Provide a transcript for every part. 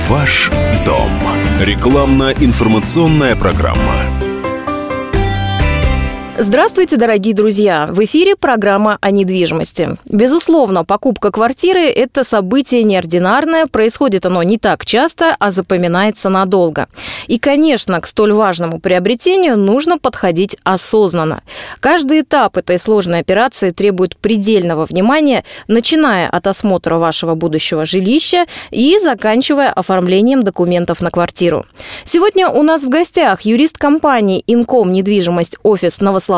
Ваш дом. Рекламно-информационная программа. Здравствуйте, дорогие друзья! В эфире программа о недвижимости. Безусловно, покупка квартиры – это событие неординарное, происходит оно не так часто, а запоминается надолго. И, конечно, к столь важному приобретению нужно подходить осознанно. Каждый этап этой сложной операции требует предельного внимания, начиная от осмотра вашего будущего жилища и заканчивая оформлением документов на квартиру. Сегодня у нас в гостях юрист компании «Инком Недвижимость Офис Новослободская»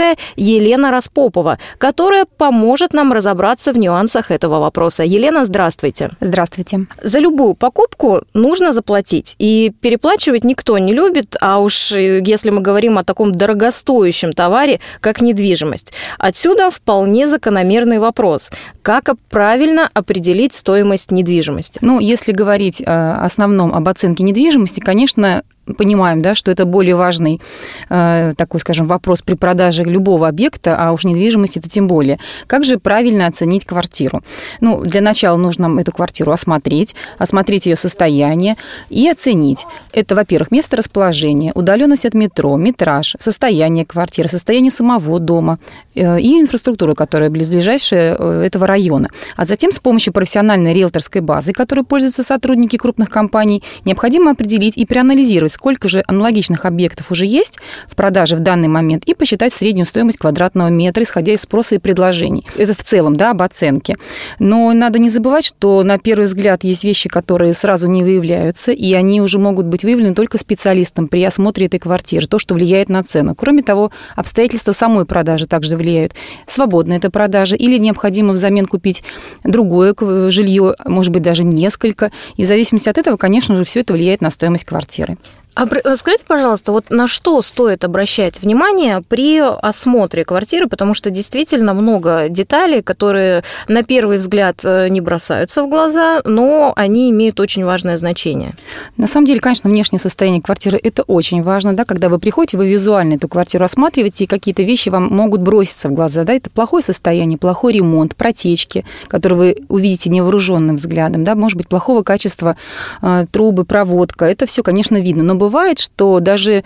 Елена Распопова, которая поможет нам разобраться в нюансах этого вопроса. Елена, здравствуйте. Здравствуйте. За любую покупку нужно заплатить. И переплачивать никто не любит, а уж если мы говорим о таком дорогостоящем товаре, как недвижимость. Отсюда вполне закономерный вопрос. Как правильно определить стоимость недвижимости? Если говорить в основном об оценке недвижимости, конечно, понимаем, да, что это более важный такой, скажем, вопрос при продаже любого объекта, а уж недвижимость это тем более. Как же правильно оценить квартиру? Для начала нужно эту квартиру осмотреть ее состояние и оценить. Это, во-первых, место расположения, удаленность от метро, метраж, состояние квартиры, состояние самого дома и инфраструктуру, которая близлежащая этого района. А затем с помощью профессиональной риэлторской базы, которой пользуются сотрудники крупных компаний, необходимо определить и проанализировать, сколько же аналогичных объектов уже есть в продаже в данный момент, и посчитать среднюю стоимость квадратного метра, исходя из спроса и предложений. Это в целом, да, об оценке. Но надо не забывать, что на первый взгляд есть вещи, которые сразу не выявляются, и они уже могут быть выявлены только специалистом при осмотре этой квартиры, то, что влияет на цену. Кроме того, обстоятельства самой продажи также влияют. Свободна эта продажа или необходимо взамен купить другое жилье, может быть, даже несколько. И в зависимости от этого, конечно же, все это влияет на стоимость квартиры. А скажите, пожалуйста, на что стоит обращать внимание при осмотре квартиры, потому что действительно много деталей, которые на первый взгляд не бросаются в глаза, но они имеют очень важное значение. На самом деле, конечно, внешнее состояние квартиры – это очень важно, да, когда вы приходите, вы визуально эту квартиру осматриваете, и какие-то вещи вам могут броситься в глаза, да, это плохое состояние, плохой ремонт, протечки, которые вы увидите невооруженным взглядом, да, может быть, плохого качества трубы, проводка, это все, конечно, видно, но бывает, что даже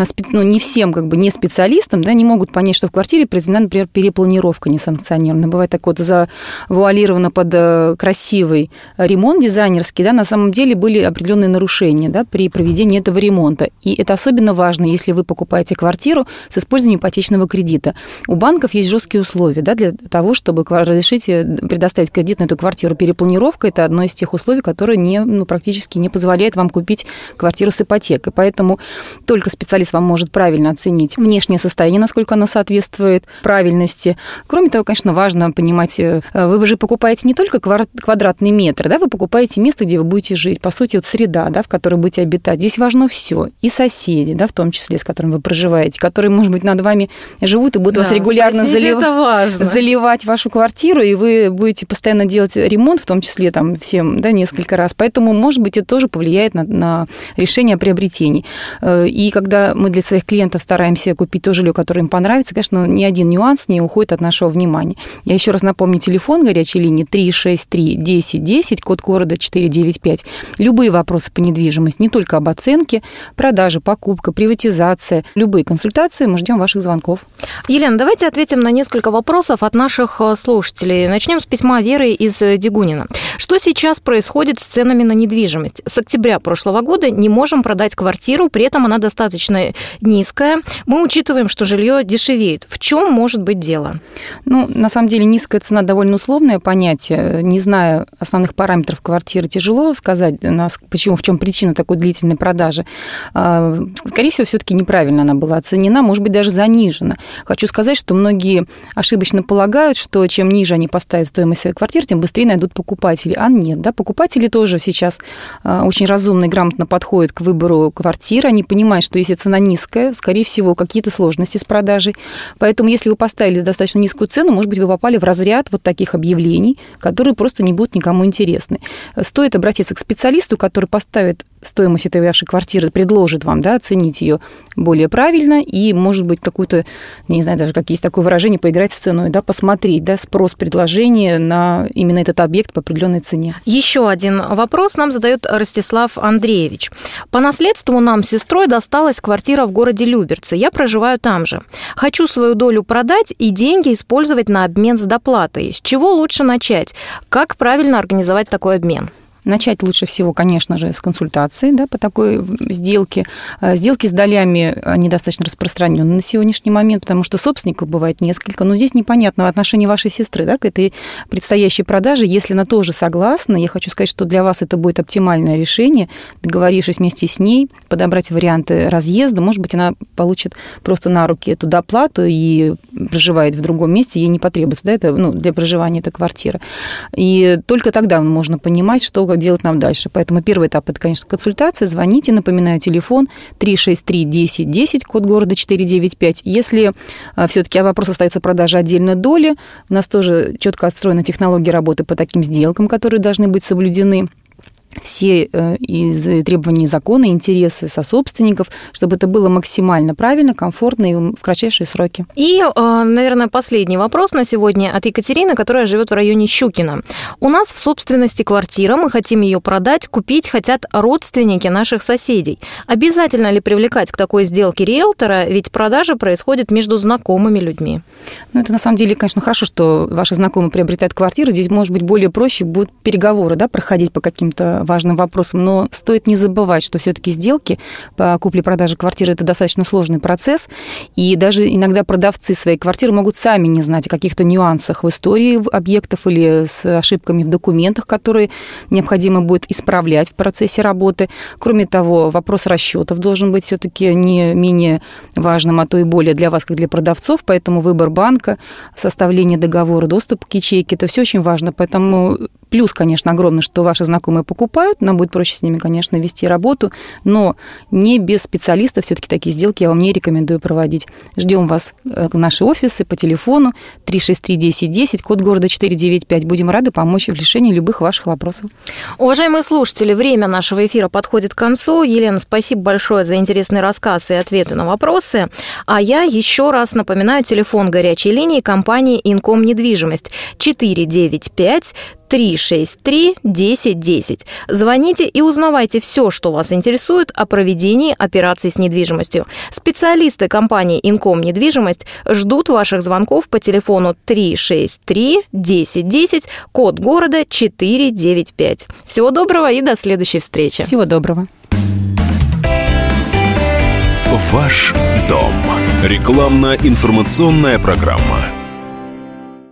не всем, не специалистам, да, не могут понять, что в квартире произведена, например, перепланировка несанкционированная. Бывает такое завуалировано под красивый ремонт дизайнерский, да, на самом деле были определенные нарушения, да, при проведении этого ремонта. И это особенно важно, если вы покупаете квартиру с использованием ипотечного кредита. У банков есть жесткие условия, да, для того, чтобы разрешить предоставить кредит на эту квартиру. Перепланировка – это одно из тех условий, которое практически не позволяет вам купить квартиру с ипотекой. Поэтому только специалист вам может правильно оценить внешнее состояние, насколько оно соответствует правильности. Кроме того, конечно, важно понимать, вы же покупаете не только квадратный метр, да, вы покупаете место, где вы будете жить, по сути, среда, да, в которой будете обитать. Здесь важно все, и соседи, да, в том числе, с которыми вы проживаете, которые, может быть, над вами живут и будут вас регулярно заливать вашу квартиру, и вы будете постоянно делать ремонт, в том числе там всем, да, несколько раз. Поэтому, может быть, это тоже повлияет на решение о приобретении. И когда мы для своих клиентов стараемся купить то жилье, которое им понравится, конечно, ни один нюанс не уходит от нашего внимания. Я еще раз напомню, телефон горячей линии 363-1010, код города 495. Любые вопросы по недвижимости, не только об оценке, продаже, покупка, приватизация, любые консультации, мы ждем ваших звонков. Елена, давайте ответим на несколько вопросов от наших слушателей. Начнем с письма Веры из Дегунина. Что сейчас происходит с ценами на недвижимость? С октября прошлого года не можем продать квартиру, при этом она достаточно низкая. Мы учитываем, что жилье дешевеет. В чем может быть дело? На самом деле низкая цена довольно условное понятие. Не зная основных параметров квартиры, тяжело сказать, в чем причина такой длительной продажи. Скорее всего, все-таки неправильно она была оценена, может быть, даже занижена. Хочу сказать, что многие ошибочно полагают, что чем ниже они поставят стоимость своей квартиры, тем быстрее найдут покупателей. А нет, да, покупатели тоже сейчас очень разумно и грамотно подходят к выбору квартиры, они понимают, что если цена низкая, скорее всего, какие-то сложности с продажей. Поэтому, если вы поставили достаточно низкую цену, может быть, вы попали в разряд вот таких объявлений, которые просто не будут никому интересны. Стоит обратиться к специалисту, который поставит стоимость этой вашей квартиры, предложит вам, да, оценить ее более правильно и, может быть, какую-то, не знаю, даже как есть такое выражение, поиграть с ценой, да, посмотреть, да, спрос, предложение на именно этот объект по определенной цене. Еще один вопрос нам задает Ростислав Андреевич. По наследству нам с сестрой досталась квартира в городе Люберцы. Я проживаю там же. Хочу свою долю продать и деньги использовать на обмен с доплатой. С чего лучше начать? Как правильно организовать такой обмен? Начать лучше всего, конечно же, с консультации, да, по такой сделке. Сделки с долями, они достаточно распространены на сегодняшний момент, потому что собственников бывает несколько, но здесь непонятно отношение вашей сестры, да, к этой предстоящей продаже. Если она тоже согласна, я хочу сказать, что для вас это будет оптимальное решение, договорившись вместе с ней, подобрать варианты разъезда. Может быть, она получит просто на руки эту доплату и проживает в другом месте, ей не потребуется, да, это, для проживания эта квартира. И только тогда можно понимать, что делать нам дальше. Поэтому первый этап – это, конечно, консультация. Звоните, напоминаю, телефон 363-1010, код города 495. Если все-таки вопрос остается продажи отдельной доли, у нас тоже четко отстроена технология работы по таким сделкам, которые должны быть соблюдены. Все из требований закона, интересы сособственников, чтобы это было максимально правильно, комфортно и в кратчайшие сроки. И, наверное, последний вопрос на сегодня от Екатерины, которая живет в районе Щукина. У нас в собственности квартира, мы хотим ее продать, купить хотят родственники наших соседей. Обязательно ли привлекать к такой сделке риэлтора, ведь продажа происходит между знакомыми людьми? Это на самом деле, конечно, хорошо, что ваши знакомые приобретают квартиру. Здесь, может быть, более проще будут переговоры, да, проходить по каким-то важным вопросам, но стоит не забывать, что все-таки сделки по купле-продаже квартиры – это достаточно сложный процесс, и даже иногда продавцы своей квартиры могут сами не знать о каких-то нюансах в истории объектов или с ошибками в документах, которые необходимо будет исправлять в процессе работы. Кроме того, вопрос расчетов должен быть все-таки не менее важным, а то и более для вас, как для продавцов, поэтому выбор банка, составление договора, доступ к ячейке – это все очень важно, поэтому плюс, конечно, огромный, что ваши знакомые покупают, нам будет проще с ними, конечно, вести работу, но не без специалистов все-таки такие сделки я вам не рекомендую проводить. Ждем вас в наши офисы по телефону 363-1010, код города 495. Будем рады помочь в решении любых ваших вопросов. Уважаемые слушатели, время нашего эфира подходит к концу. Елена, спасибо большое за интересный рассказ и ответы на вопросы. А я еще раз напоминаю телефон горячей линии компании «Инком Недвижимость» 495-363-1010. Звоните и узнавайте все, что вас интересует о проведении операций с недвижимостью. Специалисты компании «Инком Недвижимость» ждут ваших звонков по телефону 363-1010, код города 495. Всего доброго и до следующей встречи. Всего доброго. Ваш дом. Рекламно-информационная программа.